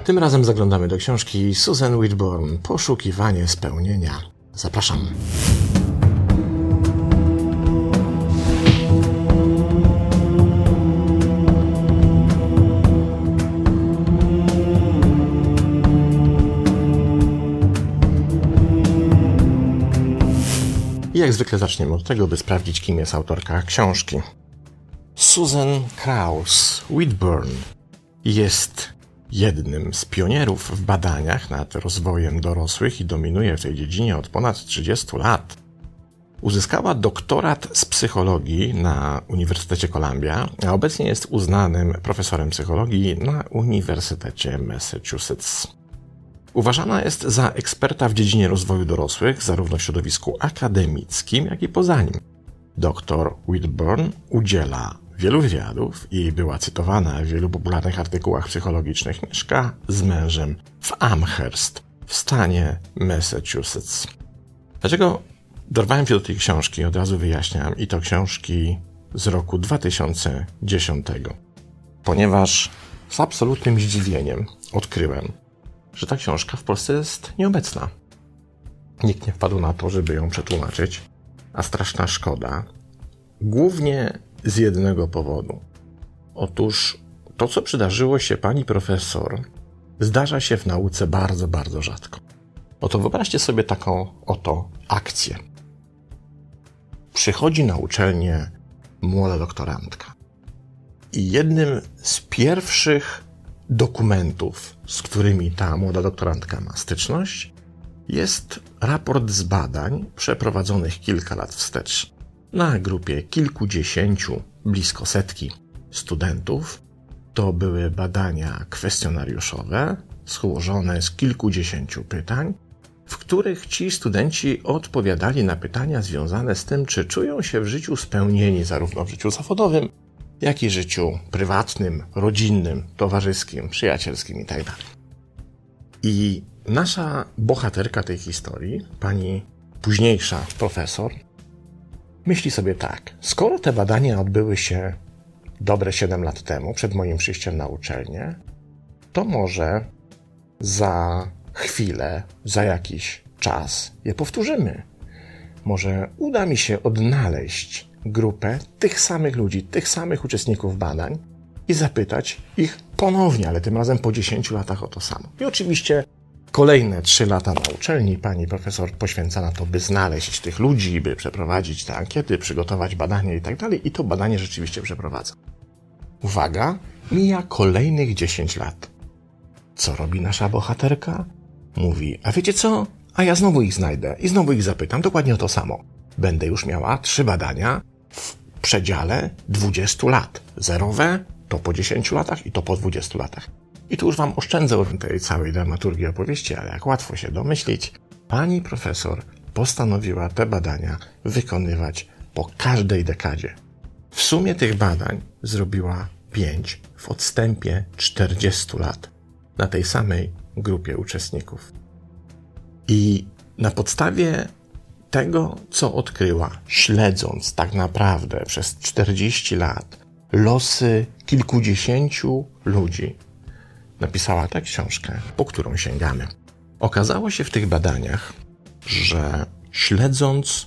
Tym razem zaglądamy do książki Susan Whitburn Poszukiwanie spełnienia. Zapraszam. I jak zwykle zaczniemy od tego, by sprawdzić, kim jest autorka książki. Susan Krauss Whitburn jest jednym z pionierów w badaniach nad rozwojem dorosłych i dominuje w tej dziedzinie od ponad 30 lat. Uzyskała doktorat z psychologii na Uniwersytecie Columbia, a obecnie jest uznanym profesorem psychologii na Uniwersytecie Massachusetts. Uważana jest za eksperta w dziedzinie rozwoju dorosłych, zarówno w środowisku akademickim, jak i poza nim. Dr Whitburn udziela wielu wywiadów i była cytowana w wielu popularnych artykułach psychologicznych. Mieszka z mężem w Amherst w stanie Massachusetts. Dlaczego dorwałem się do tej książki? Od razu wyjaśniam. I to książki z roku 2010. Ponieważ z absolutnym zdziwieniem odkryłem, że ta książka w Polsce jest nieobecna. Nikt nie wpadł na to, żeby ją przetłumaczyć, a straszna szkoda. Głównie z jednego powodu. Otóż to, co przydarzyło się pani profesor, zdarza się w nauce bardzo, bardzo rzadko. Oto wyobraźcie sobie taką oto akcję. Przychodzi na uczelnię młoda doktorantka. I jednym z pierwszych dokumentów, z którymi ta młoda doktorantka ma styczność, jest raport z badań przeprowadzonych kilka lat wstecz na grupie kilkudziesięciu, blisko setki studentów. To były badania kwestionariuszowe złożone z kilkudziesięciu pytań, w których ci studenci odpowiadali na pytania związane z tym, czy czują się w życiu spełnieni zarówno w życiu zawodowym, jak i życiu prywatnym, rodzinnym, towarzyskim, przyjacielskim itd. I nasza bohaterka tej historii, pani późniejsza profesor, myśli sobie tak: skoro te badania odbyły się dobre 7 lat temu, przed moim przyjściem na uczelnię, to może za chwilę, za jakiś czas je powtórzymy. Może uda mi się odnaleźć grupę tych samych ludzi, tych samych uczestników badań i zapytać ich ponownie, ale tym razem po 10 latach o to samo. I oczywiście kolejne 3 lata na uczelni pani profesor poświęca na to, by znaleźć tych ludzi, by przeprowadzić te ankiety, przygotować badanie i tak dalej. I to badanie rzeczywiście przeprowadza. Uwaga, mija kolejnych 10 lat. Co robi nasza bohaterka? Mówi: a wiecie co? A ja znowu ich znajdę i znowu ich zapytam dokładnie o to samo. Będę już miała 3 badania w przedziale 20 lat. Zerowe to po 10 latach i to po 20 latach. I tu już wam oszczędzę tej całej dramaturgii opowieści, ale jak łatwo się domyślić, pani profesor postanowiła te badania wykonywać po każdej dekadzie. W sumie tych badań zrobiła 5 w odstępie 40 lat na tej samej grupie uczestników. I na podstawie tego, co odkryła, śledząc tak naprawdę przez 40 lat losy kilkudziesięciu ludzi, napisała tę książkę, po którą sięgamy. Okazało się w tych badaniach, że śledząc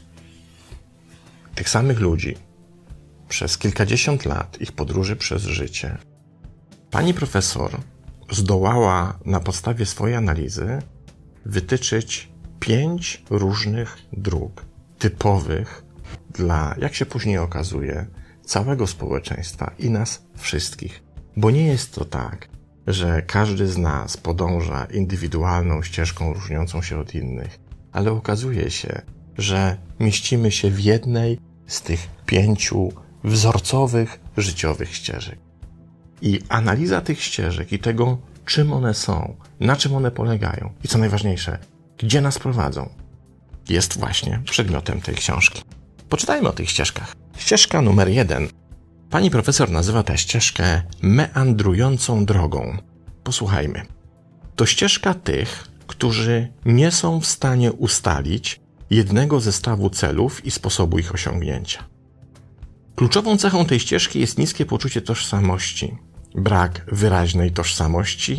tych samych ludzi przez kilkadziesiąt lat, ich podróży przez życie, pani profesor zdołała na podstawie swojej analizy wytyczyć 5 różnych dróg typowych dla, jak się później okazuje, całego społeczeństwa i nas wszystkich. Bo nie jest to tak, że każdy z nas podąża indywidualną ścieżką różniącą się od innych, ale okazuje się, że mieścimy się w jednej z tych 5 wzorcowych, życiowych ścieżek. I analiza tych ścieżek i tego, czym one są, na czym one polegają i co najważniejsze, gdzie nas prowadzą, jest właśnie przedmiotem tej książki. Poczytajmy o tych ścieżkach. Ścieżka numer 1. Pani profesor nazywa tę ścieżkę meandrującą drogą. Posłuchajmy. To ścieżka tych, którzy nie są w stanie ustalić jednego zestawu celów i sposobu ich osiągnięcia. Kluczową cechą tej ścieżki jest niskie poczucie tożsamości, brak wyraźnej tożsamości,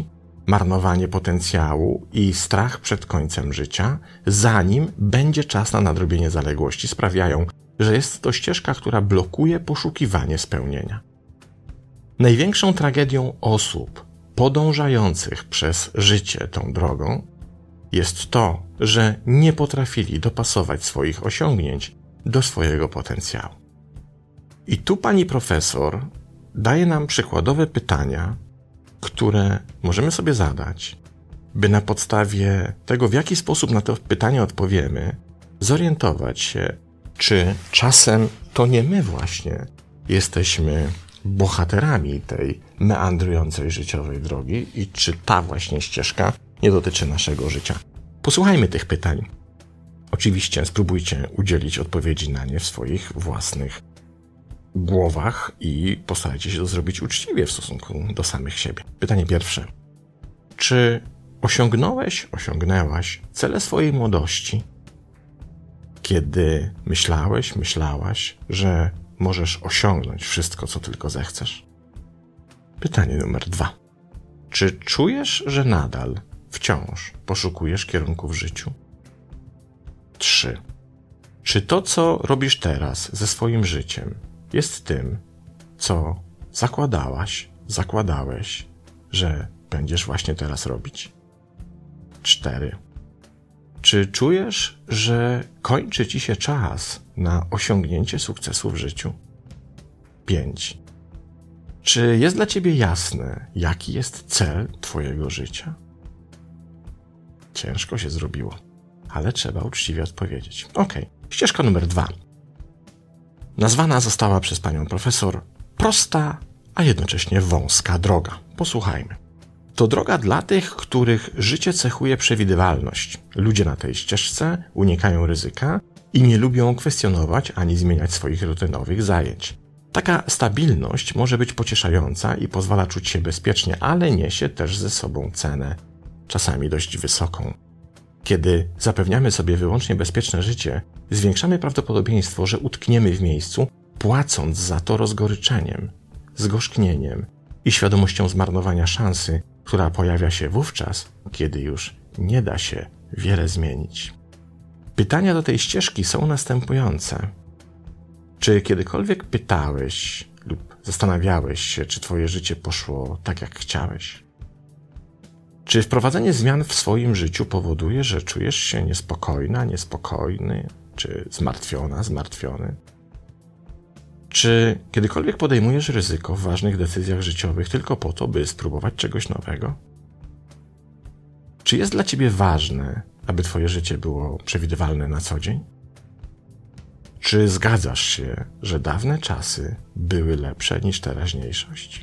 marnowanie potencjału i strach przed końcem życia, zanim będzie czas na nadrobienie zaległości, sprawiają, że jest to ścieżka, która blokuje poszukiwanie spełnienia. Największą tragedią osób podążających przez życie tą drogą jest to, że nie potrafili dopasować swoich osiągnięć do swojego potencjału. I tu pani profesor daje nam przykładowe pytania, które możemy sobie zadać, by na podstawie tego, w jaki sposób na to pytanie odpowiemy, zorientować się, czy czasem to nie my właśnie jesteśmy bohaterami tej meandrującej życiowej drogi i czy ta właśnie ścieżka nie dotyczy naszego życia. Posłuchajmy tych pytań. Oczywiście spróbujcie udzielić odpowiedzi na nie w swoich własnych głowach i postarajcie się to zrobić uczciwie w stosunku do samych siebie. Pytanie pierwsze. Czy osiągnęłaś cele swojej młodości, kiedy myślałaś, że możesz osiągnąć wszystko, co tylko zechcesz? Pytanie numer 2. Czy czujesz, że nadal, wciąż poszukujesz kierunku w życiu? 3. Czy to, co robisz teraz ze swoim życiem, jest tym, co zakładałeś, że będziesz właśnie teraz robić? 4. Czy czujesz, że kończy ci się czas na osiągnięcie sukcesu w życiu? 5. Czy jest dla ciebie jasne, jaki jest cel twojego życia? Ciężko się zrobiło, ale trzeba uczciwie odpowiedzieć. Ścieżka numer 2. Nazwana została przez panią profesor prosta, a jednocześnie wąska droga. Posłuchajmy. To droga dla tych, których życie cechuje przewidywalność. Ludzie na tej ścieżce unikają ryzyka i nie lubią kwestionować ani zmieniać swoich rutynowych zajęć. Taka stabilność może być pocieszająca i pozwala czuć się bezpiecznie, ale niesie też ze sobą cenę, czasami dość wysoką. Kiedy zapewniamy sobie wyłącznie bezpieczne życie, zwiększamy prawdopodobieństwo, że utkniemy w miejscu, płacąc za to rozgoryczeniem, zgorzknieniem i świadomością zmarnowania szansy, która pojawia się wówczas, kiedy już nie da się wiele zmienić. Pytania do tej ścieżki są następujące. Czy kiedykolwiek pytałeś lub zastanawiałeś się, czy twoje życie poszło tak, jak chciałeś? Czy wprowadzenie zmian w swoim życiu powoduje, że czujesz się niespokojna, niespokojny, czy zmartwiona, zmartwiony? Czy kiedykolwiek podejmujesz ryzyko w ważnych decyzjach życiowych tylko po to, by spróbować czegoś nowego? Czy jest dla ciebie ważne, aby twoje życie było przewidywalne na co dzień? Czy zgadzasz się, że dawne czasy były lepsze niż teraźniejszość?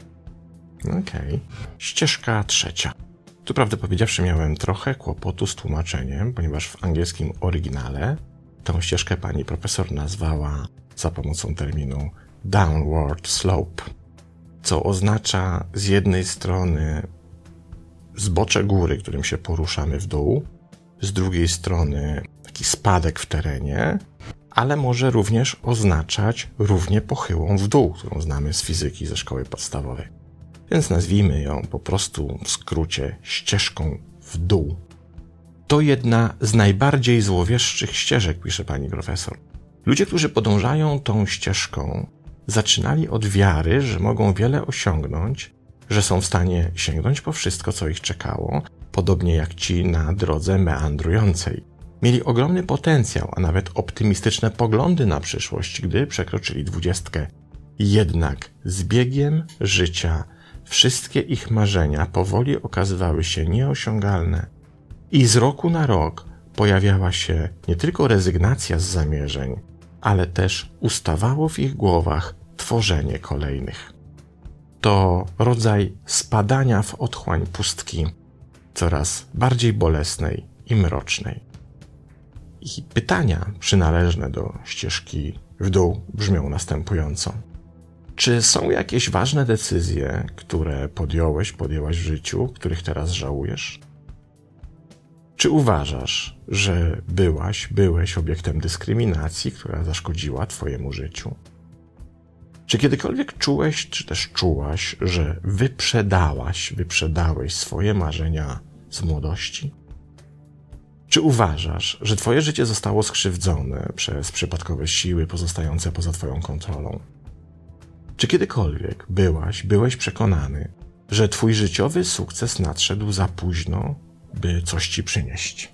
Ścieżka 3. Tu prawdę powiedziawszy miałem trochę kłopotu z tłumaczeniem, ponieważ w angielskim oryginale tą ścieżkę pani profesor nazwała za pomocą terminu downward slope, co oznacza z jednej strony zbocze góry, którym się poruszamy w dół, z drugiej strony taki spadek w terenie, ale może również oznaczać równie pochyłą w dół, którą znamy z fizyki ze szkoły podstawowej. Więc nazwijmy ją po prostu w skrócie ścieżką w dół. To jedna z najbardziej złowieszczych ścieżek, pisze pani profesor. Ludzie, którzy podążają tą ścieżką, zaczynali od wiary, że mogą wiele osiągnąć, że są w stanie sięgnąć po wszystko, co ich czekało, podobnie jak ci na drodze meandrującej. Mieli ogromny potencjał, a nawet optymistyczne poglądy na przyszłość, gdy przekroczyli 20. Jednak z biegiem życia wszystkie ich marzenia powoli okazywały się nieosiągalne i z roku na rok pojawiała się nie tylko rezygnacja z zamierzeń, ale też ustawało w ich głowach tworzenie kolejnych. To rodzaj spadania w otchłań pustki, coraz bardziej bolesnej i mrocznej. I pytania przynależne do ścieżki w dół brzmią następująco. Czy są jakieś ważne decyzje, które podjęłaś w życiu, których teraz żałujesz? Czy uważasz, że byłeś obiektem dyskryminacji, która zaszkodziła twojemu życiu? Czy kiedykolwiek czułeś, czy też czułaś, że wyprzedałeś swoje marzenia z młodości? Czy uważasz, że twoje życie zostało skrzywdzone przez przypadkowe siły pozostające poza twoją kontrolą? Czy kiedykolwiek byłeś przekonany, że twój życiowy sukces nadszedł za późno, by coś ci przynieść?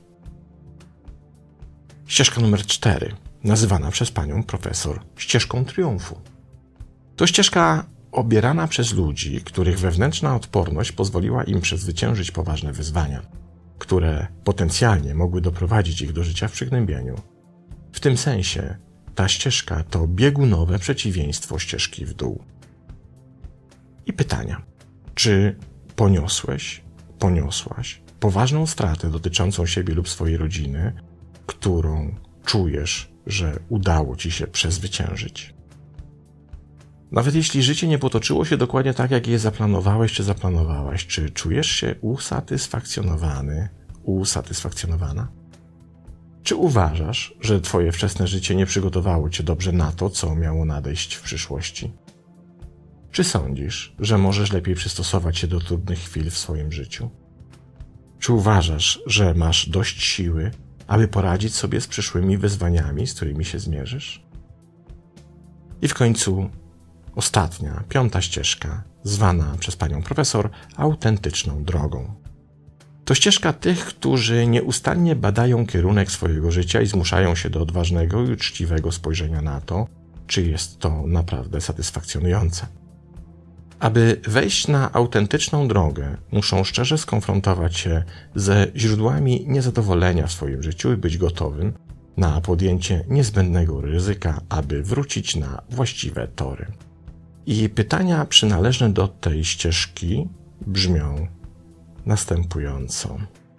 Ścieżka numer 4, nazywana przez panią profesor ścieżką triumfu. To ścieżka obierana przez ludzi, których wewnętrzna odporność pozwoliła im przezwyciężyć poważne wyzwania, które potencjalnie mogły doprowadzić ich do życia w przygnębieniu. W tym sensie ta ścieżka to biegunowe przeciwieństwo ścieżki w dół. I pytania. Czy poniosłaś poważną stratę dotyczącą siebie lub swojej rodziny, którą czujesz, że udało ci się przezwyciężyć? Nawet jeśli życie nie potoczyło się dokładnie tak, jak je zaplanowałeś czy zaplanowałaś, czy czujesz się usatysfakcjonowana? Czy uważasz, że twoje wczesne życie nie przygotowało cię dobrze na to, co miało nadejść w przyszłości? Czy sądzisz, że możesz lepiej przystosować się do trudnych chwil w swoim życiu? Czy uważasz, że masz dość siły, aby poradzić sobie z przyszłymi wyzwaniami, z którymi się zmierzysz? I w końcu ostatnia, 5. ścieżka, zwana przez panią profesor autentyczną drogą. To ścieżka tych, którzy nieustannie badają kierunek swojego życia i zmuszają się do odważnego i uczciwego spojrzenia na to, czy jest to naprawdę satysfakcjonujące. Aby wejść na autentyczną drogę, muszą szczerze skonfrontować się ze źródłami niezadowolenia w swoim życiu i być gotowym na podjęcie niezbędnego ryzyka, aby wrócić na właściwe tory. I pytania przynależne do tej ścieżki brzmią następująco.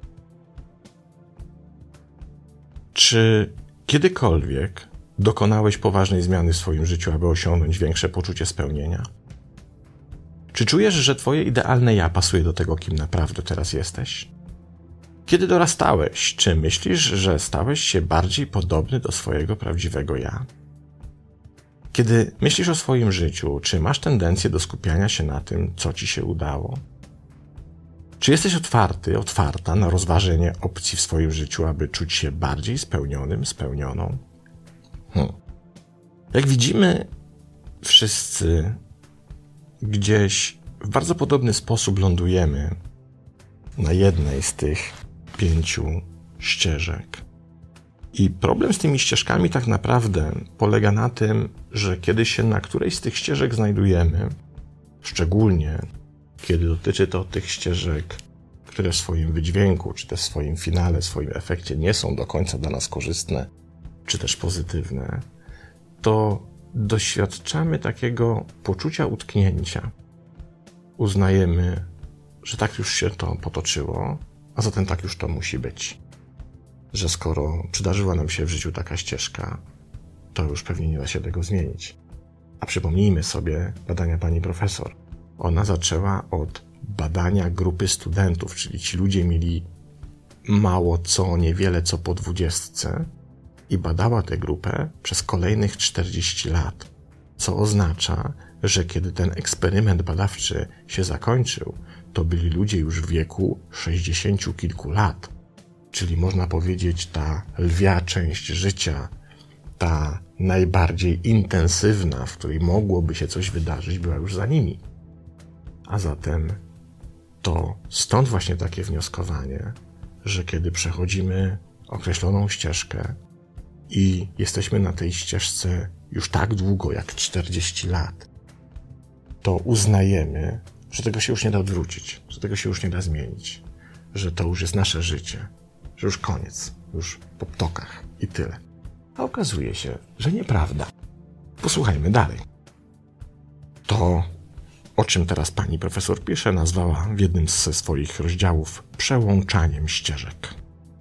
Czy kiedykolwiek dokonałeś poważnej zmiany w swoim życiu, aby osiągnąć większe poczucie spełnienia? Czy czujesz, że twoje idealne ja pasuje do tego, kim naprawdę teraz jesteś? Kiedy dorastałeś, czy myślisz, że stałeś się bardziej podobny do swojego prawdziwego ja? Kiedy myślisz o swoim życiu, czy masz tendencję do skupiania się na tym, co ci się udało? Czy jesteś otwarta na rozważenie opcji w swoim życiu, aby czuć się bardziej spełnioną? Jak widzimy, wszyscy gdzieś w bardzo podobny sposób lądujemy na jednej z tych 5 ścieżek. I problem z tymi ścieżkami tak naprawdę polega na tym, że kiedy się na którejś z tych ścieżek znajdujemy, szczególnie kiedy dotyczy to tych ścieżek, które w swoim wydźwięku, czy też w swoim finale, w swoim efekcie nie są do końca dla nas korzystne, czy też pozytywne, to doświadczamy takiego poczucia utknięcia. Uznajemy, że tak już się to potoczyło, a zatem tak już to musi być. Że skoro przydarzyła nam się w życiu taka ścieżka, to już pewnie nie da się tego zmienić. A przypomnijmy sobie badania pani profesor. Ona zaczęła od badania grupy studentów, czyli ci ludzie mieli niewiele co po 20 i badała tę grupę przez kolejnych 40 lat, co oznacza, że kiedy ten eksperyment badawczy się zakończył, to byli ludzie już w wieku 60 kilku lat, czyli można powiedzieć ta lwia część życia, ta najbardziej intensywna, w której mogłoby się coś wydarzyć, była już za nimi. A zatem to stąd właśnie takie wnioskowanie, że kiedy przechodzimy określoną ścieżkę i jesteśmy na tej ścieżce już tak długo jak 40 lat, to uznajemy, że tego się już nie da odwrócić, że tego się już nie da zmienić, że to już jest nasze życie, że już koniec, już po ptokach i tyle. A okazuje się, że nieprawda. Posłuchajmy dalej. To, o czym teraz pani profesor pisze, nazwała w jednym ze swoich rozdziałów przełączaniem ścieżek.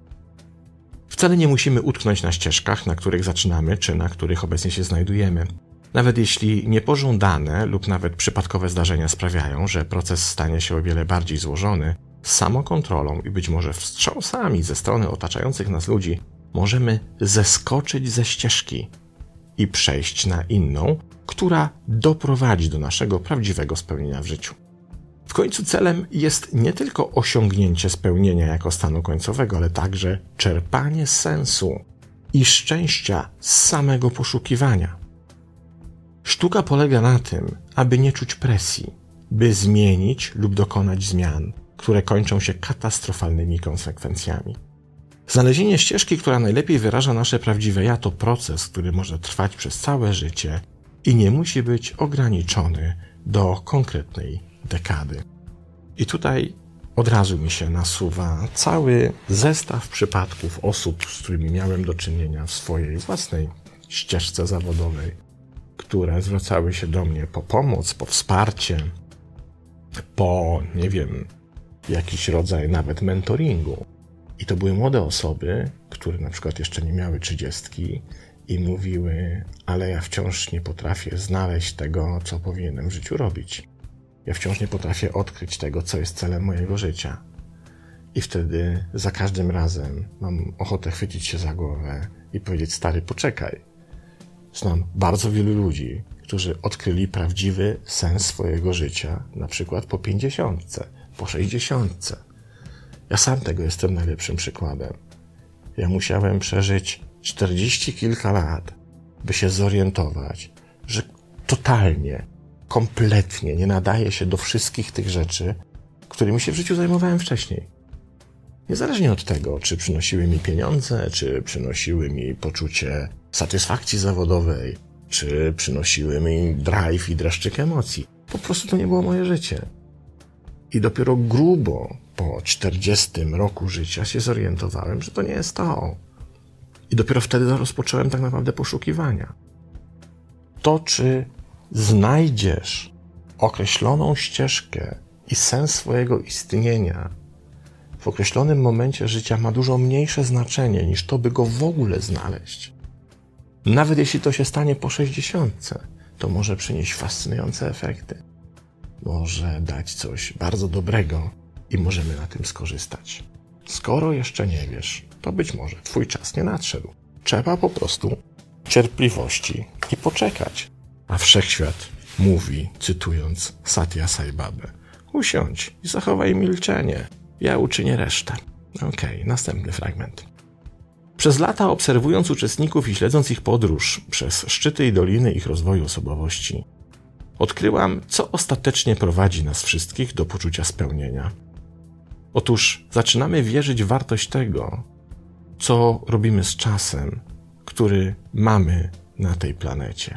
Wcale nie musimy utknąć na ścieżkach, na których zaczynamy, czy na których obecnie się znajdujemy. Nawet jeśli niepożądane lub nawet przypadkowe zdarzenia sprawiają, że proces stanie się o wiele bardziej złożony, z samokontrolą i być może wstrząsami ze strony otaczających nas ludzi możemy zeskoczyć ze ścieżki i przejść na inną, która doprowadzi do naszego prawdziwego spełnienia w życiu. W końcu celem jest nie tylko osiągnięcie spełnienia jako stanu końcowego, ale także czerpanie sensu i szczęścia z samego poszukiwania. Sztuka polega na tym, aby nie czuć presji, by zmienić lub dokonać zmian, które kończą się katastrofalnymi konsekwencjami. Znalezienie ścieżki, która najlepiej wyraża nasze prawdziwe ja, to proces, który może trwać przez całe życie i nie musi być ograniczony do konkretnej dekady. I tutaj od razu mi się nasuwa cały zestaw przypadków osób, z którymi miałem do czynienia w swojej własnej ścieżce zawodowej, które zwracały się do mnie po pomoc, po wsparcie, po, jakiś rodzaj nawet mentoringu. I to były młode osoby, które na przykład jeszcze nie miały 30 i mówiły, ale ja wciąż nie potrafię znaleźć tego, co powinienem w życiu robić. Ja wciąż nie potrafię odkryć tego, co jest celem mojego życia. I wtedy za każdym razem mam ochotę chwycić się za głowę i powiedzieć, stary, poczekaj. Znam bardzo wielu ludzi, którzy odkryli prawdziwy sens swojego życia, na przykład po 50, po 60. Ja sam tego jestem najlepszym przykładem. Ja musiałem przeżyć 40 kilka lat, by się zorientować, że totalnie, kompletnie nie nadaje się do wszystkich tych rzeczy, którymi się w życiu zajmowałem wcześniej. Niezależnie od tego, czy przynosiły mi pieniądze, czy przynosiły mi poczucie satysfakcji zawodowej, czy przynosiły mi drive i dreszczyk emocji. Po prostu to nie było moje życie. I dopiero grubo po 40 roku życia się zorientowałem, że to nie jest to. I dopiero wtedy rozpocząłem tak naprawdę poszukiwania. To, czy znajdziesz określoną ścieżkę i sens swojego istnienia w określonym momencie życia, ma dużo mniejsze znaczenie niż to, by go w ogóle znaleźć. Nawet jeśli to się stanie po 60, to może przynieść fascynujące efekty. Może dać coś bardzo dobrego i możemy na tym skorzystać. Skoro jeszcze nie wiesz, to być może twój czas nie nadszedł. Trzeba po prostu cierpliwości i poczekać. A wszechświat mówi, cytując Satya Sai Babę, usiądź i zachowaj milczenie. Ja uczynię resztę. Okej, następny fragment. Przez lata obserwując uczestników i śledząc ich podróż przez szczyty i doliny ich rozwoju osobowości, odkryłam, co ostatecznie prowadzi nas wszystkich do poczucia spełnienia. Otóż zaczynamy wierzyć w wartość tego, co robimy z czasem, który mamy na tej planecie.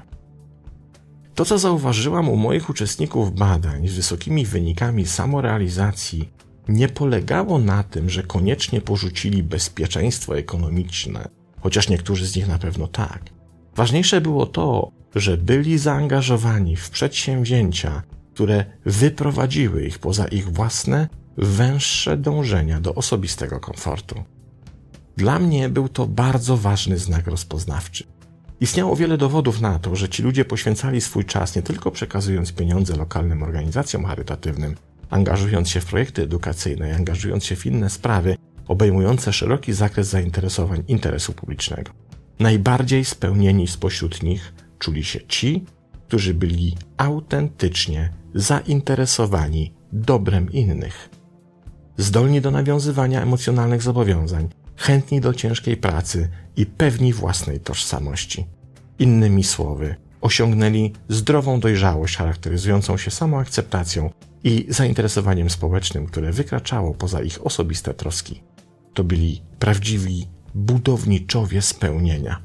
To, co zauważyłam u moich uczestników badań z wysokimi wynikami samorealizacji, nie polegało na tym, że koniecznie porzucili bezpieczeństwo ekonomiczne, chociaż niektórzy z nich na pewno tak. Ważniejsze było to, że byli zaangażowani w przedsięwzięcia, które wyprowadziły ich poza ich własne, węższe dążenia do osobistego komfortu. Dla mnie był to bardzo ważny znak rozpoznawczy. Istniało wiele dowodów na to, że ci ludzie poświęcali swój czas nie tylko przekazując pieniądze lokalnym organizacjom charytatywnym, angażując się w projekty edukacyjne i angażując się w inne sprawy obejmujące szeroki zakres zainteresowań interesu publicznego. Najbardziej spełnieni spośród nich czuli się ci, którzy byli autentycznie zainteresowani dobrem innych. Zdolni do nawiązywania emocjonalnych zobowiązań, chętni do ciężkiej pracy i pewni własnej tożsamości. Innymi słowy, osiągnęli zdrową dojrzałość charakteryzującą się samoakceptacją i zainteresowaniem społecznym, które wykraczało poza ich osobiste troski. To byli prawdziwi budowniczowie spełnienia.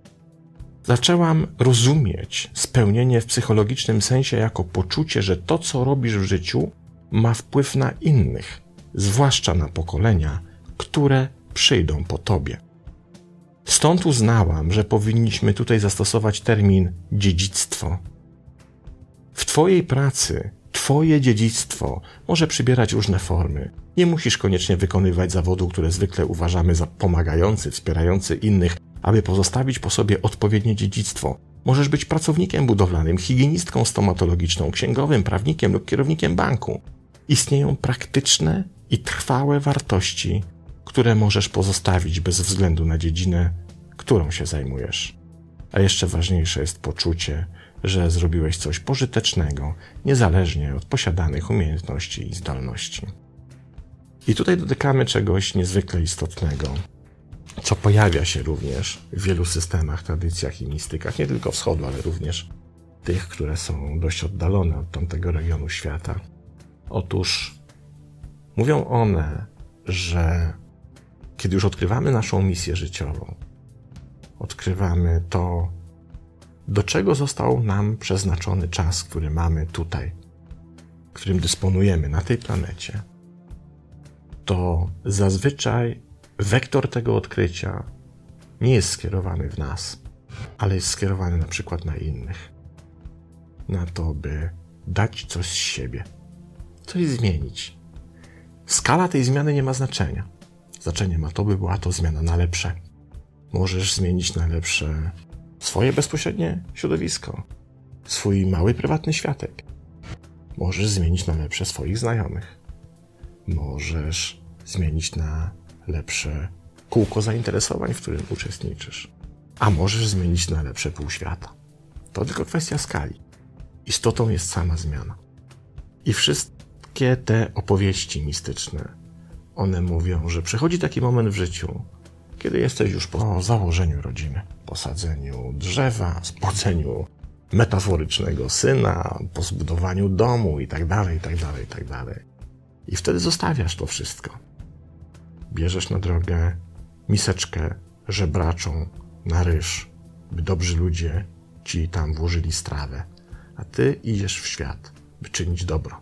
Zaczęłam rozumieć spełnienie w psychologicznym sensie jako poczucie, że to, co robisz w życiu, ma wpływ na innych, zwłaszcza na pokolenia, które przyjdą po tobie. Stąd uznałam, że powinniśmy tutaj zastosować termin dziedzictwo. W twojej pracy twoje dziedzictwo może przybierać różne formy. Nie musisz koniecznie wykonywać zawodu, które zwykle uważamy za pomagający, wspierający innych, aby pozostawić po sobie odpowiednie dziedzictwo. Możesz być pracownikiem budowlanym, higienistką stomatologiczną, księgowym, prawnikiem lub kierownikiem banku. Istnieją praktyczne i trwałe wartości, które możesz pozostawić bez względu na dziedzinę, którą się zajmujesz. A jeszcze ważniejsze jest poczucie, że zrobiłeś coś pożytecznego, niezależnie od posiadanych umiejętności i zdolności. I tutaj dotykamy czegoś niezwykle istotnego, co pojawia się również w wielu systemach, tradycjach i mistykach, nie tylko wschodu, ale również tych, które są dość oddalone od tamtego regionu świata. Otóż mówią one, że kiedy już odkrywamy naszą misję życiową, odkrywamy to, do czego został nam przeznaczony czas, który mamy tutaj, którym dysponujemy na tej planecie, to zazwyczaj wektor tego odkrycia nie jest skierowany w nas, ale jest skierowany na przykład na innych. Na to, by dać coś z siebie, coś zmienić. Skala tej zmiany nie ma znaczenia. Znaczenie ma to, by była to zmiana na lepsze. Możesz zmienić na lepsze swoje bezpośrednie środowisko, swój mały, prywatny światek. Możesz zmienić na lepsze swoich znajomych. Możesz zmienić na lepsze kółko zainteresowań, w którym uczestniczysz. A możesz zmienić na lepsze pół świata. To tylko kwestia skali. Istotą jest sama zmiana. I wszystkie te opowieści mistyczne, one mówią, że przychodzi taki moment w życiu, kiedy jesteś już po założeniu rodziny, posadzeniu drzewa, spłodzeniu metaforycznego syna, po zbudowaniu domu itd. I wtedy zostawiasz to wszystko. Bierzesz na drogę miseczkę żebraczą na ryż, by dobrzy ludzie ci tam włożyli strawę, a ty idziesz w świat, by czynić dobro,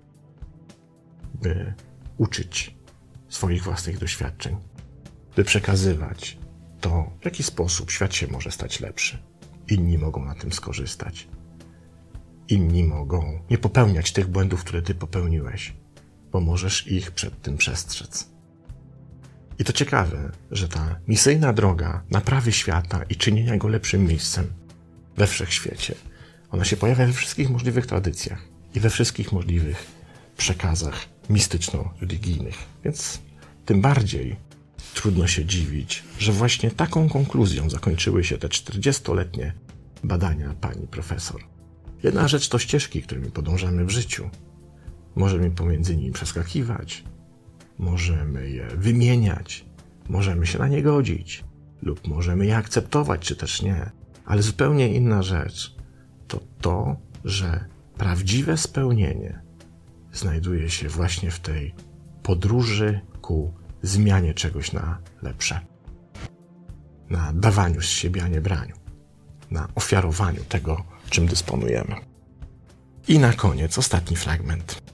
by uczyć swoich własnych doświadczeń, by przekazywać to, w jaki sposób świat się może stać lepszy. Inni mogą na tym skorzystać. Inni mogą nie popełniać tych błędów, które ty popełniłeś, bo możesz ich przed tym przestrzec. I to ciekawe, że ta misyjna droga naprawy świata i czynienia go lepszym miejscem we wszechświecie, ona się pojawia we wszystkich możliwych tradycjach i we wszystkich możliwych przekazach mistyczno-religijnych. Więc tym bardziej trudno się dziwić, że właśnie taką konkluzją zakończyły się te 40-letnie badania pani profesor. Jedna rzecz to ścieżki, którymi podążamy w życiu. Możemy pomiędzy nimi przeskakiwać, możemy je wymieniać, możemy się na nie godzić lub możemy je akceptować, czy też nie. Ale zupełnie inna rzecz to to, że prawdziwe spełnienie znajduje się właśnie w tej podróży ku zmianie czegoś na lepsze. Na dawaniu z siebie, a nie braniu. Na ofiarowaniu tego, czym dysponujemy. I na koniec ostatni fragment.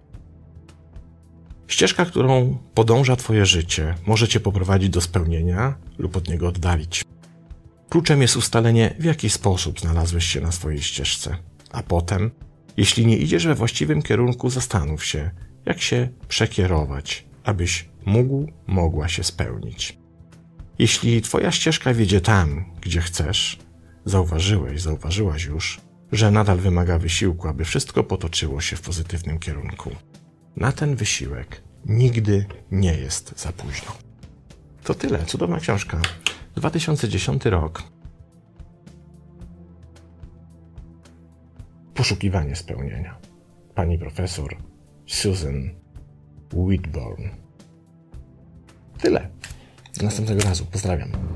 Ścieżka, którą podąża twoje życie, może cię poprowadzić do spełnienia lub od niego oddalić. Kluczem jest ustalenie, w jaki sposób znalazłeś się na swojej ścieżce. A potem, jeśli nie idziesz we właściwym kierunku, zastanów się, jak się przekierować, abyś mogła się spełnić. Jeśli twoja ścieżka wiedzie tam, gdzie chcesz, zauważyłaś już, że nadal wymaga wysiłku, aby wszystko potoczyło się w pozytywnym kierunku. Na ten wysiłek nigdy nie jest za późno. To tyle. Cudowna książka. 2010 rok. Poszukiwanie spełnienia. Pani profesor Susan Whitbourne. Tyle. Do następnego razu. Pozdrawiam.